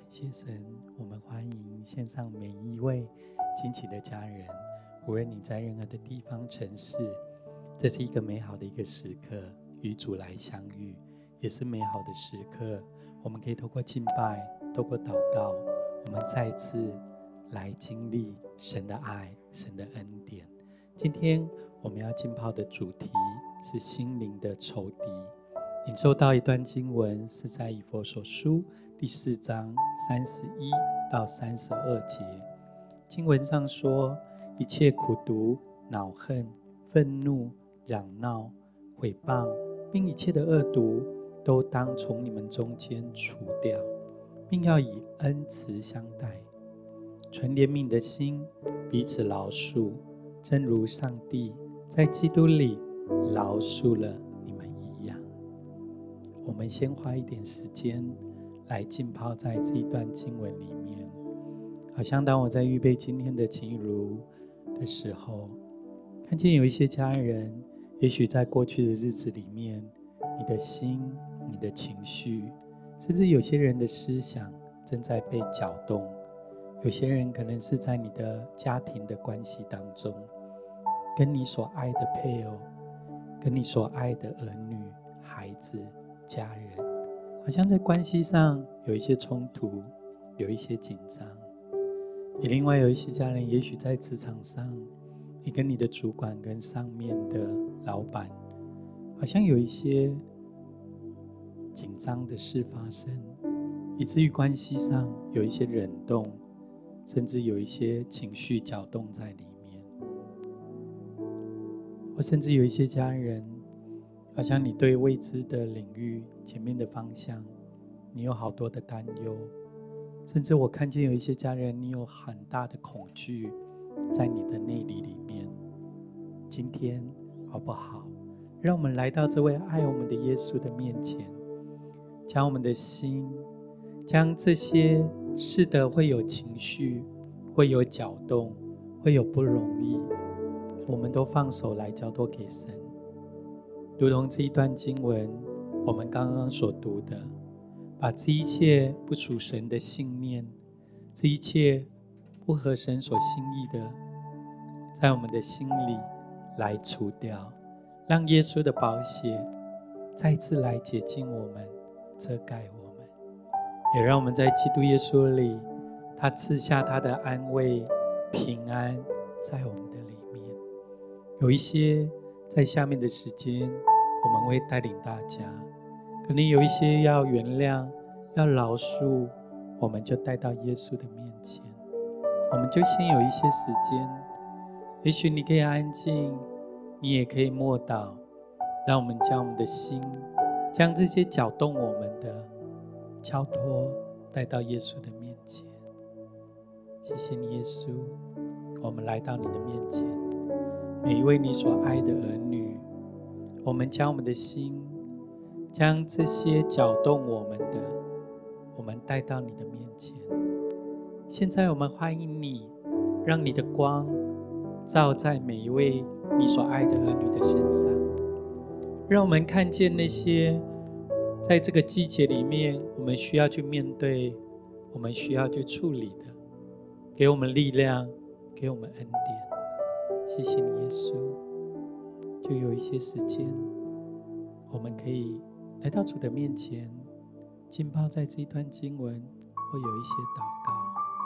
谢神，我们欢迎线上每一位亲戚的家人，无论你在任何的地方城市，这是一个美好的一个时刻，与主来相遇，也是美好的时刻。我们可以透过敬拜，透过祷告，我们再次来经历神的爱，神的恩典。今天我们要浸泡的主题是心灵的仇敌。领受到一段经文，是在以弗所书第4章31到32节。经文上说，一切苦毒、恼恨、愤怒、嚷闹、毁谤，并一切的恶毒，都当从你们中间除掉，并要以恩慈相待，存怜悯的心，彼此饶恕，正如上帝在基督里饶恕了你们一样。我们先花一点时间来浸泡在这一段经文里面。好像当我在预备今天的情如的时候，看见有一些家人，也许在过去的日子里面，你的心、你的情绪，甚至有些人的思想正在被搅动。有些人可能是在你的家庭的关系当中，跟你所爱的配偶，跟你所爱的儿女、孩子、家人，好像在关系上有一些冲突，有一些紧张。也另外有一些家人，也许在职场上，你跟你的主管跟上面的老板，好像有一些紧张的事发生，以至于关系上有一些冷冻，甚至有一些情绪搅动在里面。或甚至有一些家人，好像你对未知的领域、前面的方向，你有好多的担忧。甚至我看见有一些家人，你有很大的恐惧在你的内里里面。今天好不好，让我们来到这位爱我们的耶稣的面前，将我们的心，将这些是的会有情绪，会有搅动，会有不容易，我们都放手来交托给神。如同这一段经文我们刚刚所读的，把这一切不属神的信念，这一切不合神所心意的，在我们的心里来除掉，让耶稣的宝血再次来洁净我们，遮盖我们，也让我们在基督耶稣里，他赐下他的安慰、平安在我们的里面。有一些在下面的时间，我们会带领大家，可能有一些要原谅、要饶恕，我们就带到耶稣的面前。我们就先有一些时间，也许你可以安静，你也可以默祷，让我们将我们的心，将这些搅动我们的交托带到耶稣的面前。谢谢你耶稣，我们来到你的面前，每一位你所爱的儿女，我们将我们的心，将这些搅动我们的，我们带到你的面前。现在我们欢迎你，让你的光照在每一位你所爱的儿女的身上，让我们看见那些在这个季节里面我们需要去面对，我们需要去处理的，给我们力量，给我们恩典。谢谢你耶稣。就有一些时间，我们可以来到主的面前，浸泡在这一段经文，会有一些祷告。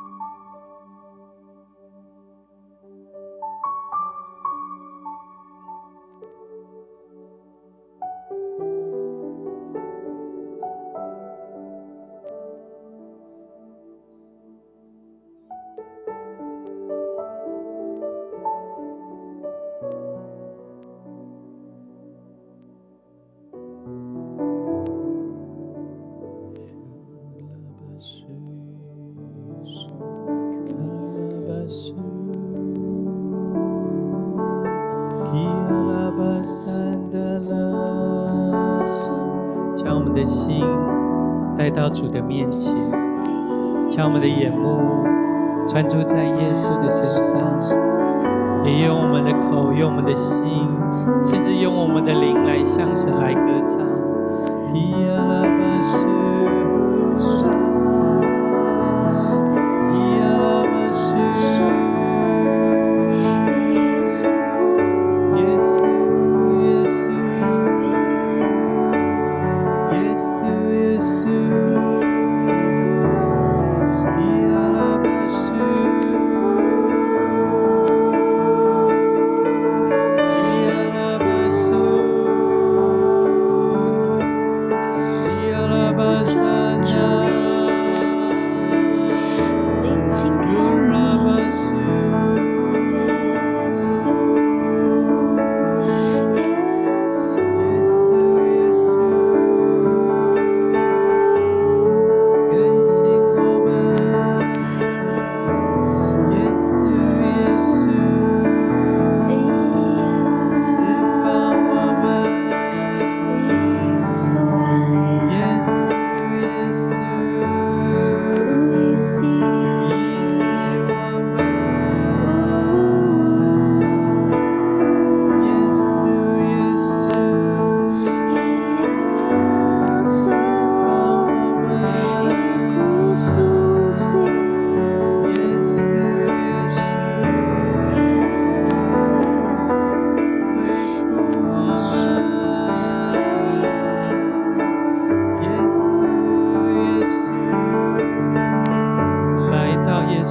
将我们的心带到主的面前，将我们的眼目专注在耶稣的身上，也用我们的口，用我们的心，甚至用我们的灵来向神来歌唱。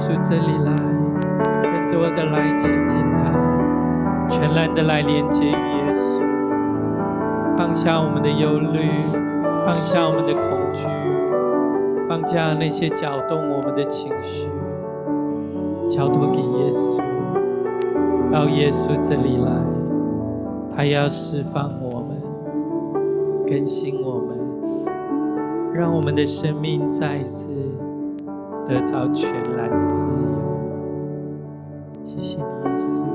稣这里来，更多的来亲近他，全然的来连接于耶稣，放下我们的忧虑，放下我们的恐惧，放下那些搅动我们的情绪，交托给耶稣，到耶稣这里来，他要释放我们，更新我们，让我们的生命再一次得着全然的自由。谢谢你，耶稣。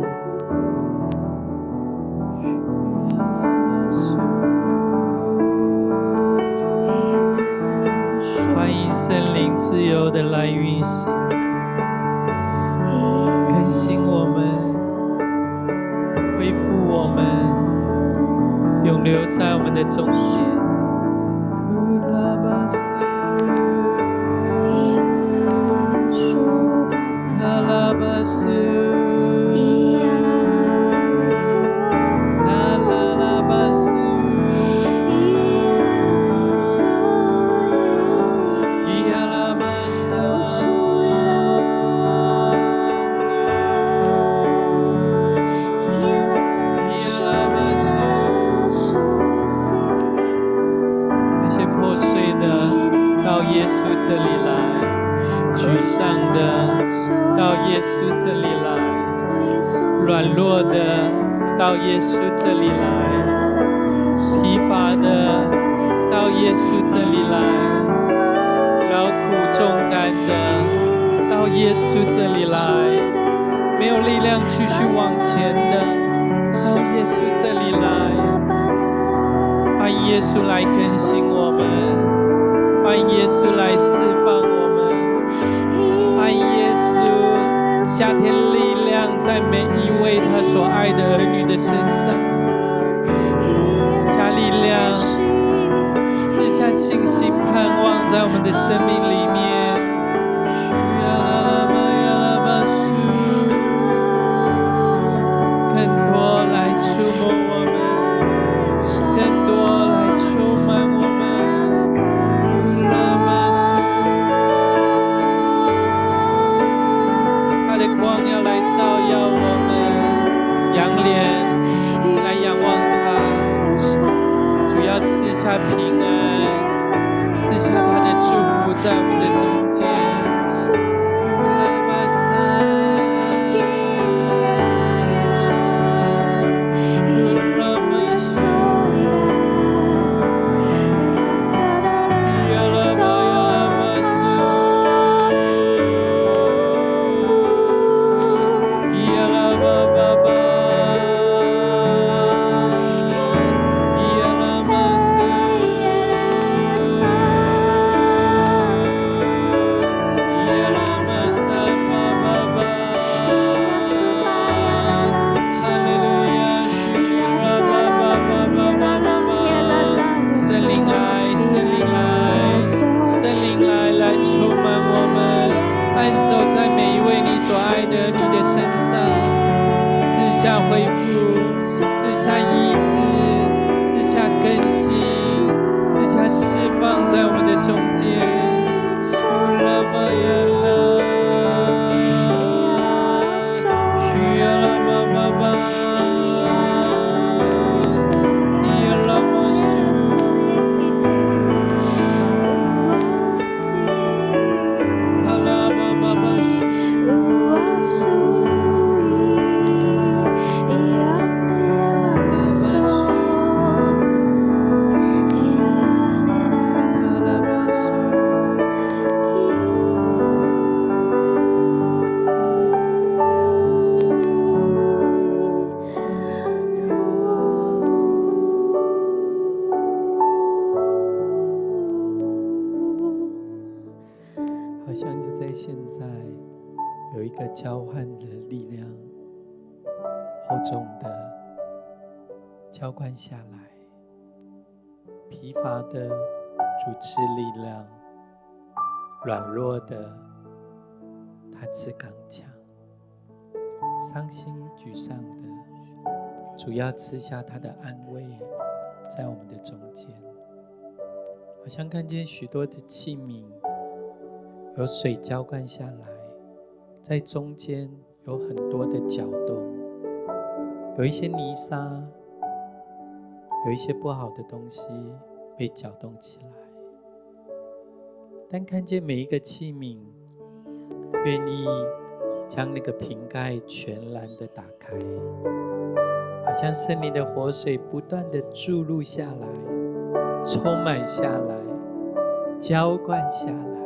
欢迎圣灵自由的来运行，更新我们，恢复我们，永留在我们的中间。到耶稣这里来，沮丧的到耶稣这里来，软弱的到耶稣这里来，疲乏的到耶稣这里来，劳苦重担的到耶稣这里来，没有力量继续往前的到耶稣这里来，欢迎耶稣来更新我们，欢迎耶稣来释放我们，欢迎耶稣加添力量在每一位他所爱的儿女的身上，加力量，赐下信心盼望在我们的生命里面。更多来触摸我们，更多来充满我们。他的光要来照耀我们，仰脸来仰望他，主要赐下平安，赐下他的祝福在我们的中间。交换的力量厚重的浇灌下来，疲乏的主赐力量，软弱的他赐刚强，伤心沮丧的主要赐下他的安慰在我们的中间。好像看见许多的器皿有水浇灌下来， 在中间有很多的搅动，有一些泥沙，有一些不好的东西被搅动起来。但看见每一个器皿愿意将那个瓶盖全然的打开，好像圣灵的活水不断的注入下来，充满下来，浇灌下来。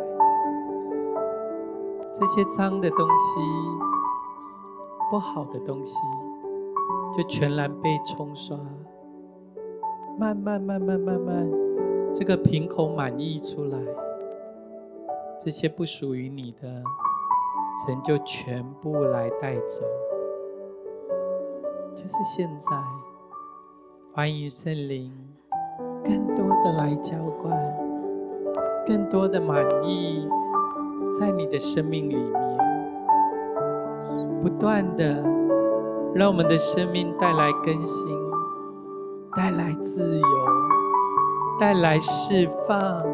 这些脏的东西，不好的东西，就全然被冲刷，慢慢这个瓶口满溢出来。这些不属于你的，神就全部来带走。就是现在，欢迎圣灵更多的来浇灌，更多的满溢在你的生命里面，不断的让我们的生命带来更新，带来自由，带来释放。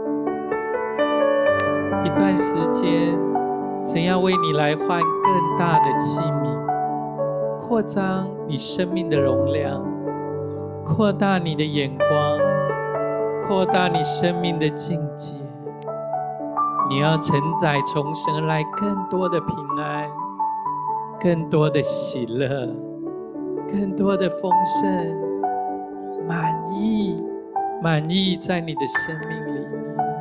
一段时间，神要为你来换更大的器皿，扩张你生命的容量，扩大你的眼光，扩大你生命的境界。你要承载从神而来更多的平安，更多的喜乐，更多的丰盛，满溢在你的生命里面，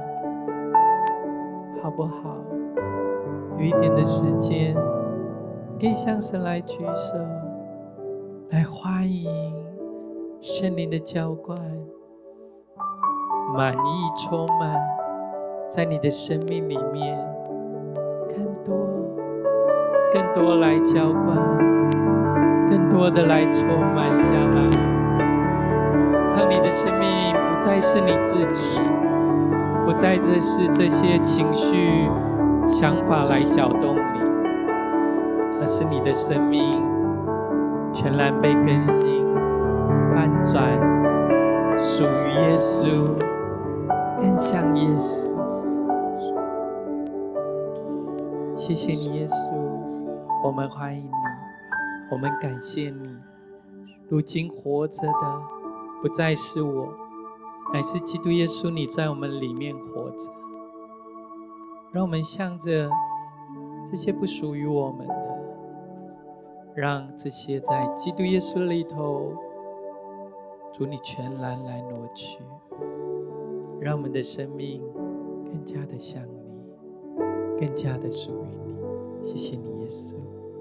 好不好？有一点的时间，可以向神来举手，来欢迎圣灵的浇灌，满溢充满在你的生命里面，更多来浇灌，更多的来充满下来，让你的生命不再是你自己，不再是这些情绪想法来搅动你，而是你的生命全然被更新翻转，属于耶稣，更像耶稣。谢谢你耶稣，我们欢迎你，我们感谢你。如今活着的不再是我，乃是基督耶稣，你在我们里面活着。让我们向着这些不属于我们的，让这些在基督耶稣里头，主你全然来挪去，让我们的生命更加的像你，更加的属于你。谢谢你耶稣。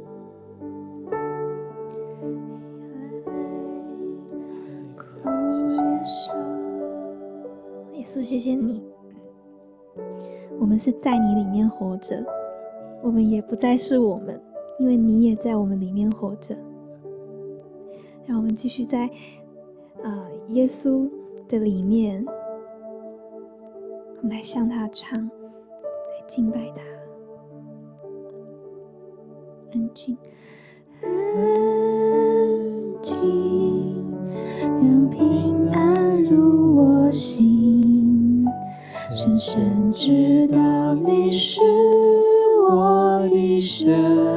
耶稣，谢谢你，我们是在你里面活着，我们也不再是我们，因为你也在我们里面活着。让我们继续在耶稣的里面，我们来向他唱，来敬拜他。安静，安静，让平安入我心，深深知道你是我的神。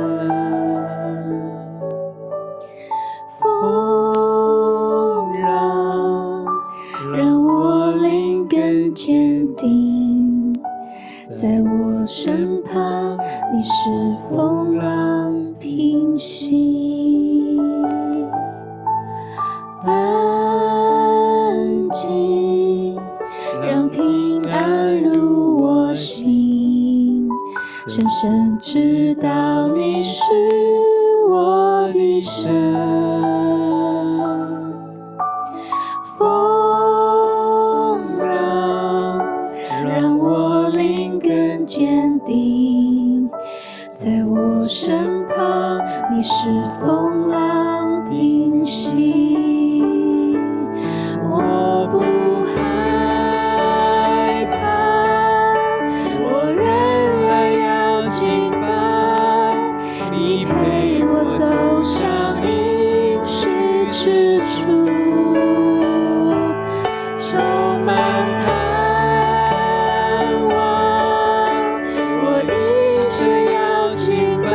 风浪让我灵更坚定，在我身旁，你是风浪平息。安静，让平安入我心，深深知道你是我的神。风浪让我灵更坚定，在我身旁，你是风浪平息。我不害怕，我仍然要敬拜，你陪我走向应许之处，充满盼望，我一生要敬拜，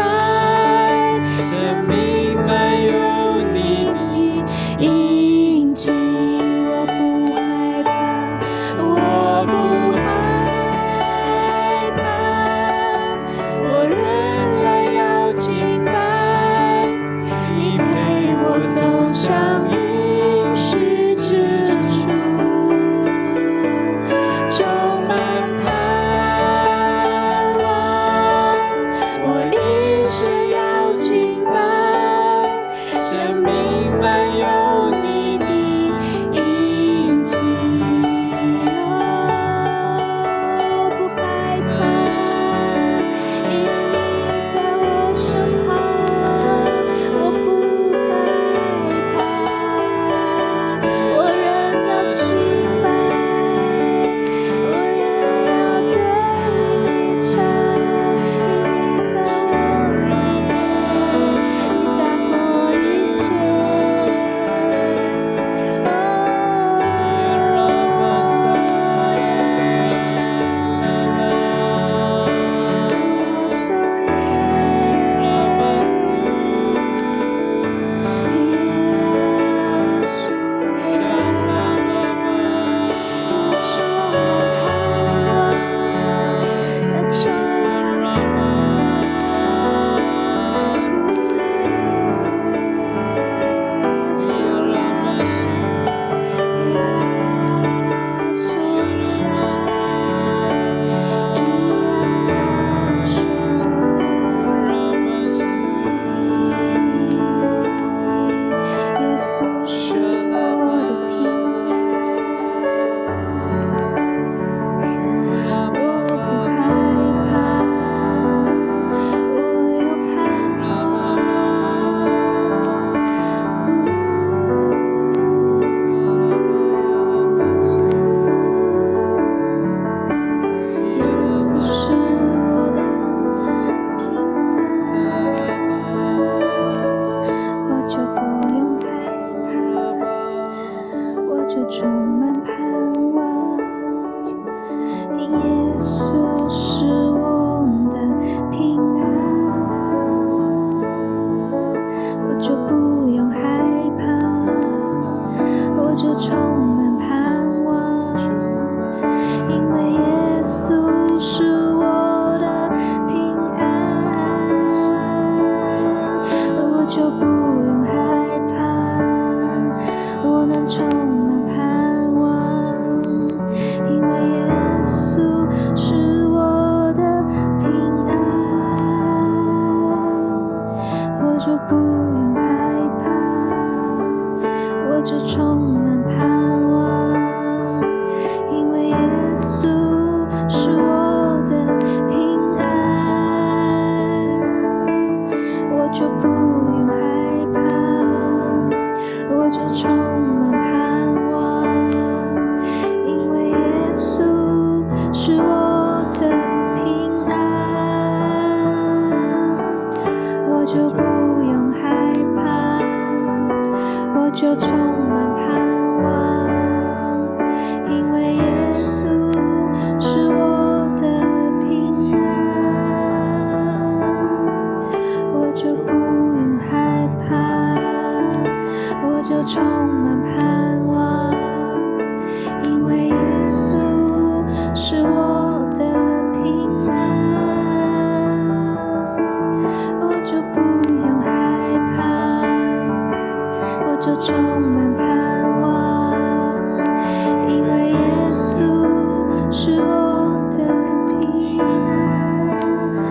就不用害怕，我就充满盼望，因为耶稣是我的平安，我就不用害怕，我就充满盼望，因为耶稣是我的平安，我就不用害怕，我就充满盼望，因为耶稣是我的平安。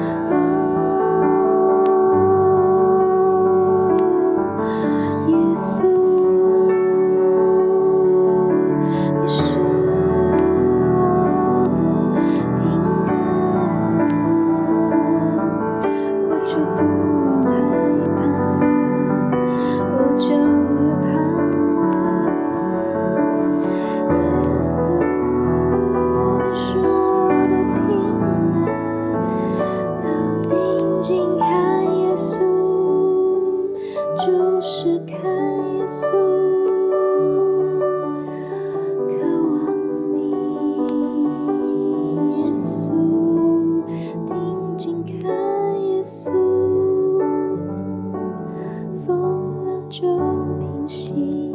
耶稣，你是我的平安，我就不用害怕，我就有盼望。耶稣，你是我的平安，要定睛看耶稣，注视看耶稣，渴望你，耶稣，定睛看耶稣，风浪就平息。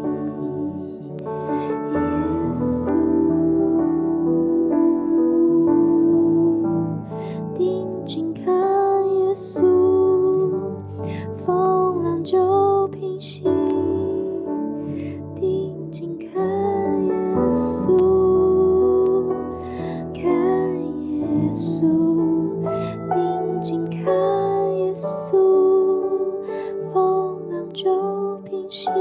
耶稣，定睛看耶稣，风浪就平息。定睛看耶稣，看耶稣，定睛看耶稣，风浪就平息。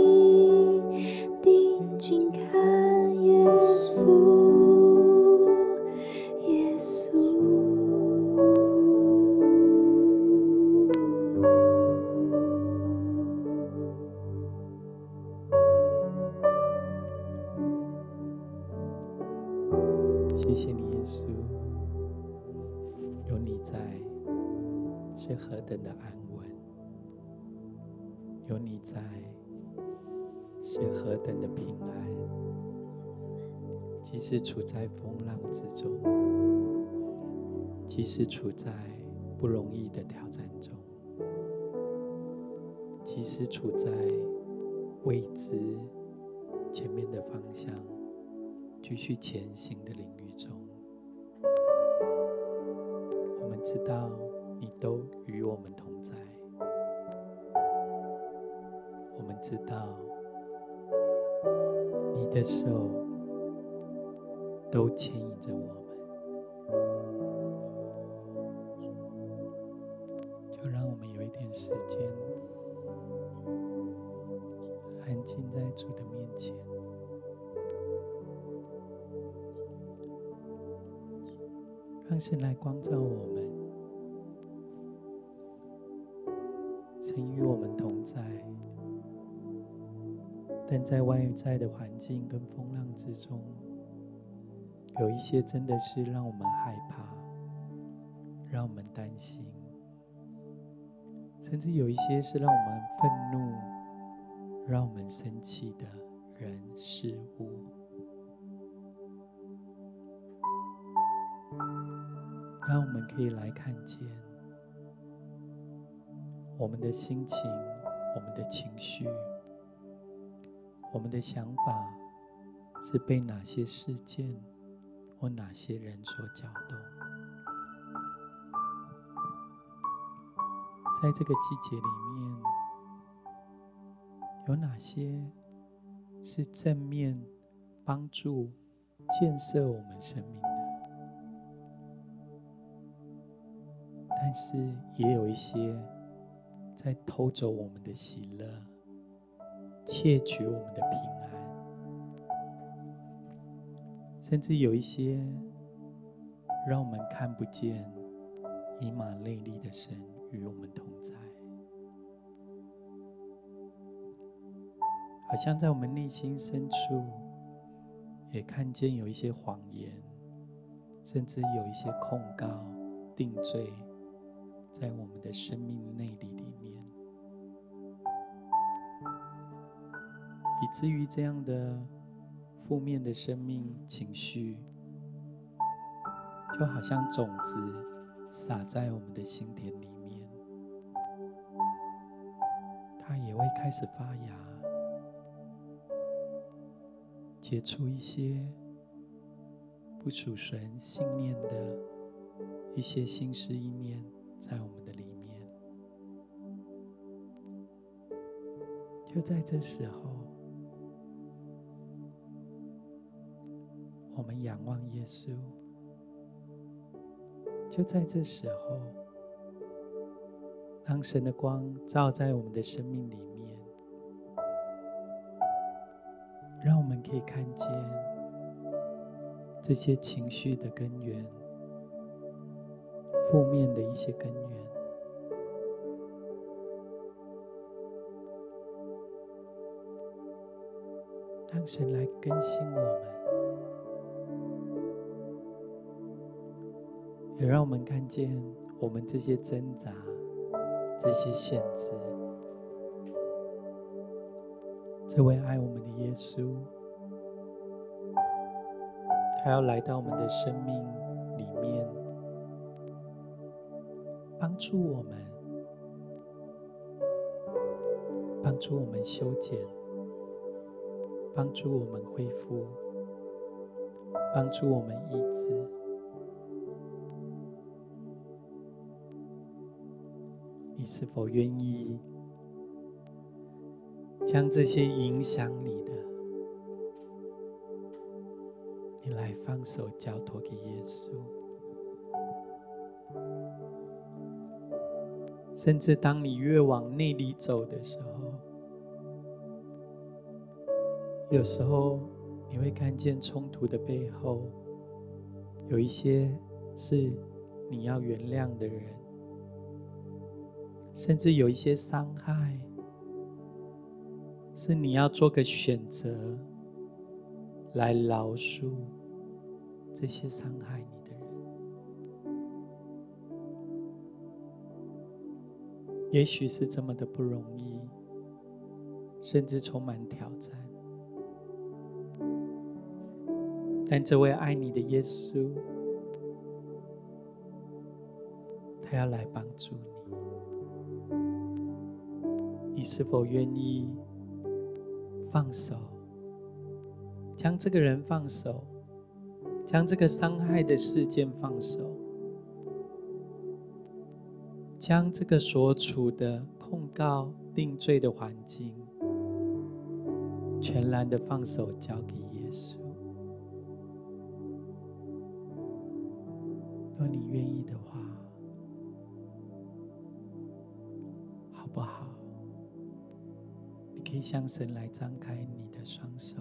定睛看耶稣，耶稣。 谢谢你，耶稣，有你在是何等的安稳，有你在是何等的平安。即使处在风浪之中，即使处在不容易的挑战中，即使处在未知前面的方向继续前行的领域中，我们知道你都与我们同在，我们知道你的手都牵引着我们。就让我们有一点时间安静在主的面前，让神来光照我们，曾与我们同在，但在外在的环境跟风浪之中，有一些真的是让我们害怕，让我们担心，甚至有一些是让我们愤怒，让我们生气的人事物。让我们可以来看见我们的心情，我们的情绪，我们的想法是被哪些事件或哪些人所搅动。在这个季节里面，有哪些是正面帮助建设我们生命的？但是也有一些在偷走我们的喜乐，窃取我们的平安，甚至有一些让我们看不见以马内利的神与我们同在，好像在我们内心深处也看见有一些谎言，甚至有一些控告、定罪在我们的生命内里面，以至于这样的负面的生命情绪，就好像种子撒在我们的心田里面，它也会开始发芽，结出一些不属神信念的一些心思意念在我们的里面。就在这时候，我们仰望耶稣。就在这时候，当神的光照在我们的生命里面，让我们可以看见这些情绪的根源，负面的一些根源。让神来更新我们，也让我们看见我们这些挣扎、这些限制。这位爱我们的耶稣，他要来到我们的生命里面，帮助我们，帮助我们修剪，帮助我们恢复，帮助我们医治。你是否愿意将这些影响你的，你来放手交托给耶稣？甚至当你越往内里走的时候，有时候你会看见冲突的背后，有一些是你要原谅的人，甚至有一些伤害是你要做个选择来饶恕这些伤害你的人。也许是这么的不容易，甚至充满挑战，但这位爱你的耶稣，他要来帮助你。你是否愿意放手，将这个人放手，将这个伤害的事件放手，将这个所处的控告定罪的环境全然的放手交给耶稣？若你愿意的话，好不好？你可以向神来张开你的双手，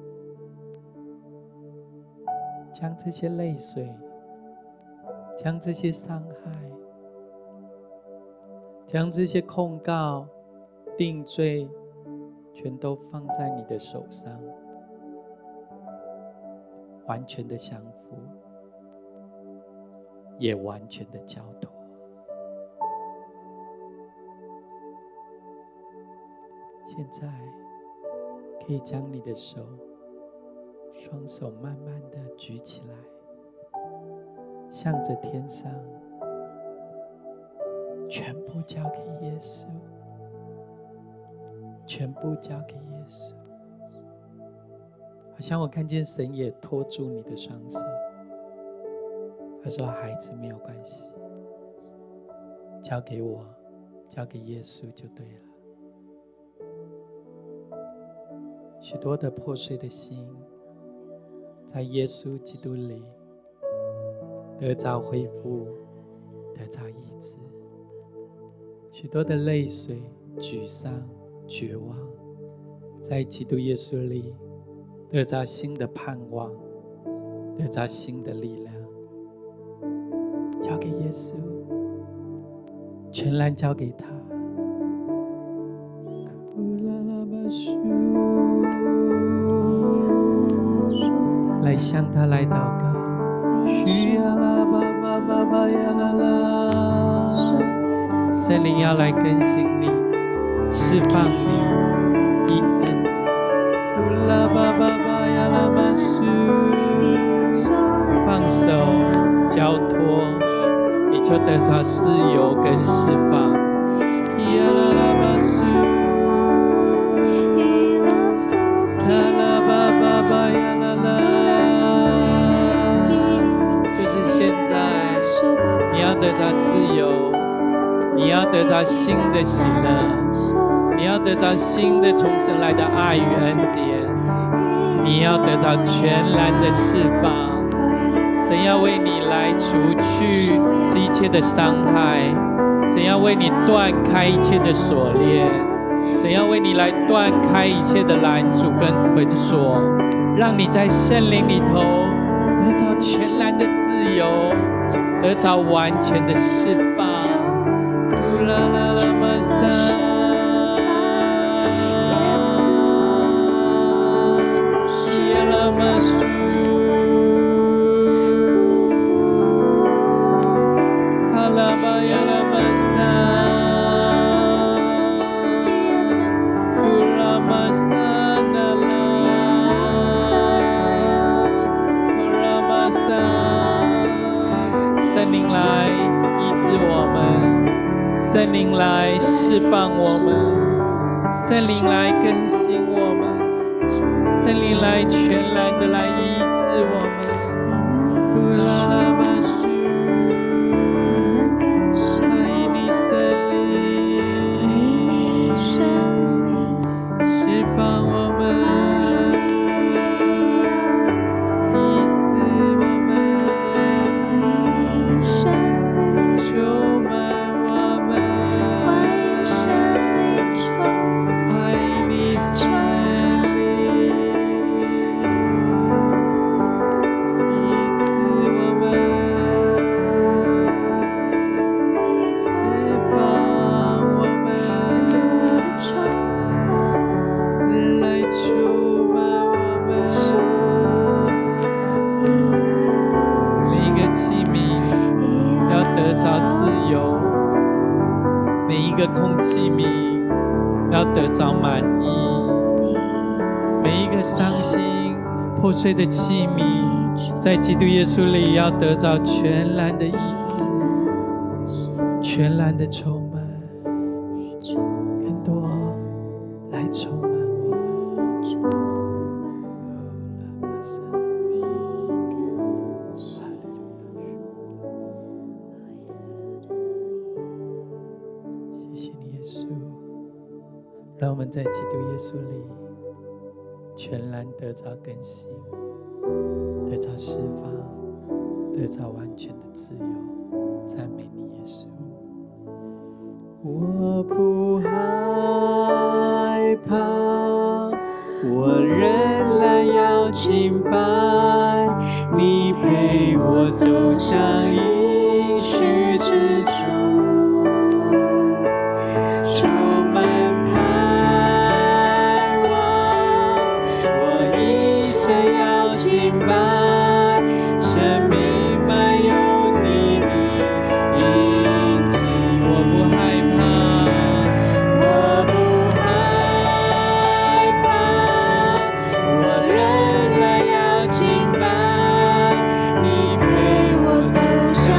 将这些泪水，将这些伤害，将这些控告、定罪，全都放在你的手上，完全的降服，也完全的交托。现在可以将你的手，双手慢慢的举起来，向着天上，全部交给耶稣，全部交给耶稣。好像我看见神也托住你的双手，他说：“孩子，没有关系，交给我，交给耶稣就对了。”许多的破碎的心，在耶稣基督里得着恢复，得着医治。许多的泪水、沮丧、绝望，在基督耶稣里得着新的盼望，得着新的力量。交给耶稣，全然交给他。来向他来祷告，需呀啦吧吧吧吧呀啦啦。 圣灵要来更新你，释放你，医治你。放手，交托，你就得到自由跟释放。就是现在，你要得到自由，你要得到新的喜乐，你要得到新的从神来的爱与恩典，你要得到全然的释放。神要为你来除去这一切的伤害，神要为你断开一切的锁链，神要为你来断开一切的拦阻跟捆锁，让你在圣灵里头得着全然的自由，得着完全的释放。圣灵来医治我们，圣灵来释放我们，圣灵来更新我们，圣灵来全然的来医治我们。爱你圣灵，释放我们。空器皿要得着满意，每一个伤心破碎的器皿，在基督耶稣里要得着全然的医治，全然的充满，更多来充满我们。让我们在基督耶稣里全然得着更新，得着释放，得着完全的自由。赞美你，耶稣。我不害怕，我仍然要敬拜，你陪我走向应许之处。生命满有你的印记，我不害怕，我不害怕，我仍然要敬拜，你陪我走向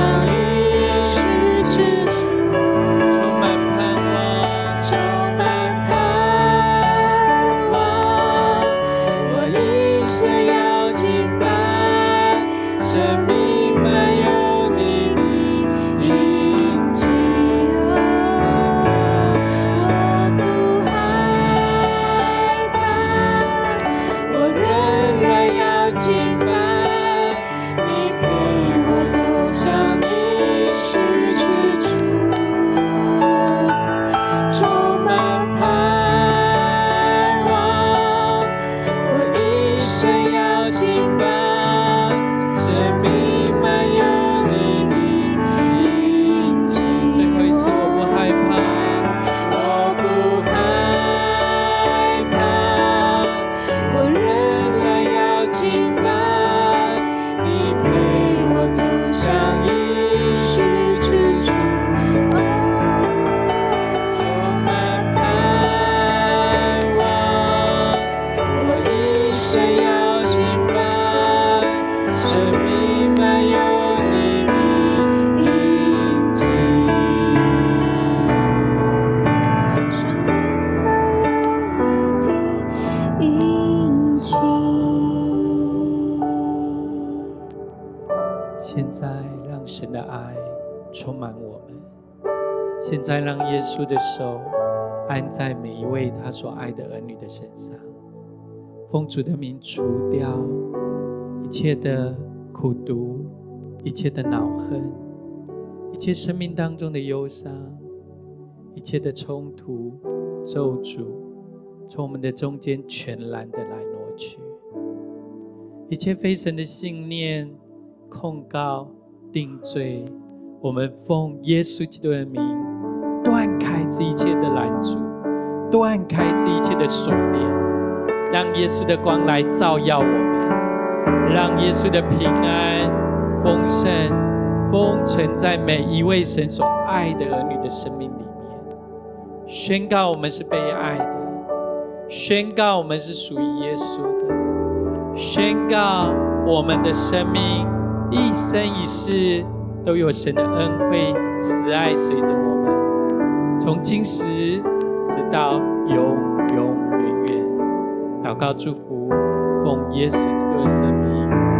充满我们。现在让耶稣的手按在每一位他所爱的儿女的身上，奉主的名除掉一切的苦毒，一切的恼恨，一切生命当中的忧伤，一切的冲突咒诅，从我们的中间全然的来挪去。一切非神的信念、控告、定罪，我们奉耶稣基督的名断开这一切的拦阻，断开这一切的锁链，让耶稣的光来照耀我们，让耶稣的平安丰盛封存在每一位神所爱的儿女的生命里面，宣告我们是被爱的，宣告我们是属于耶稣的，宣告我们的生命一生一世都有神的恩惠慈爱随着我们，从今时直到永永远远。祷告祝福，奉耶稣基督的圣名。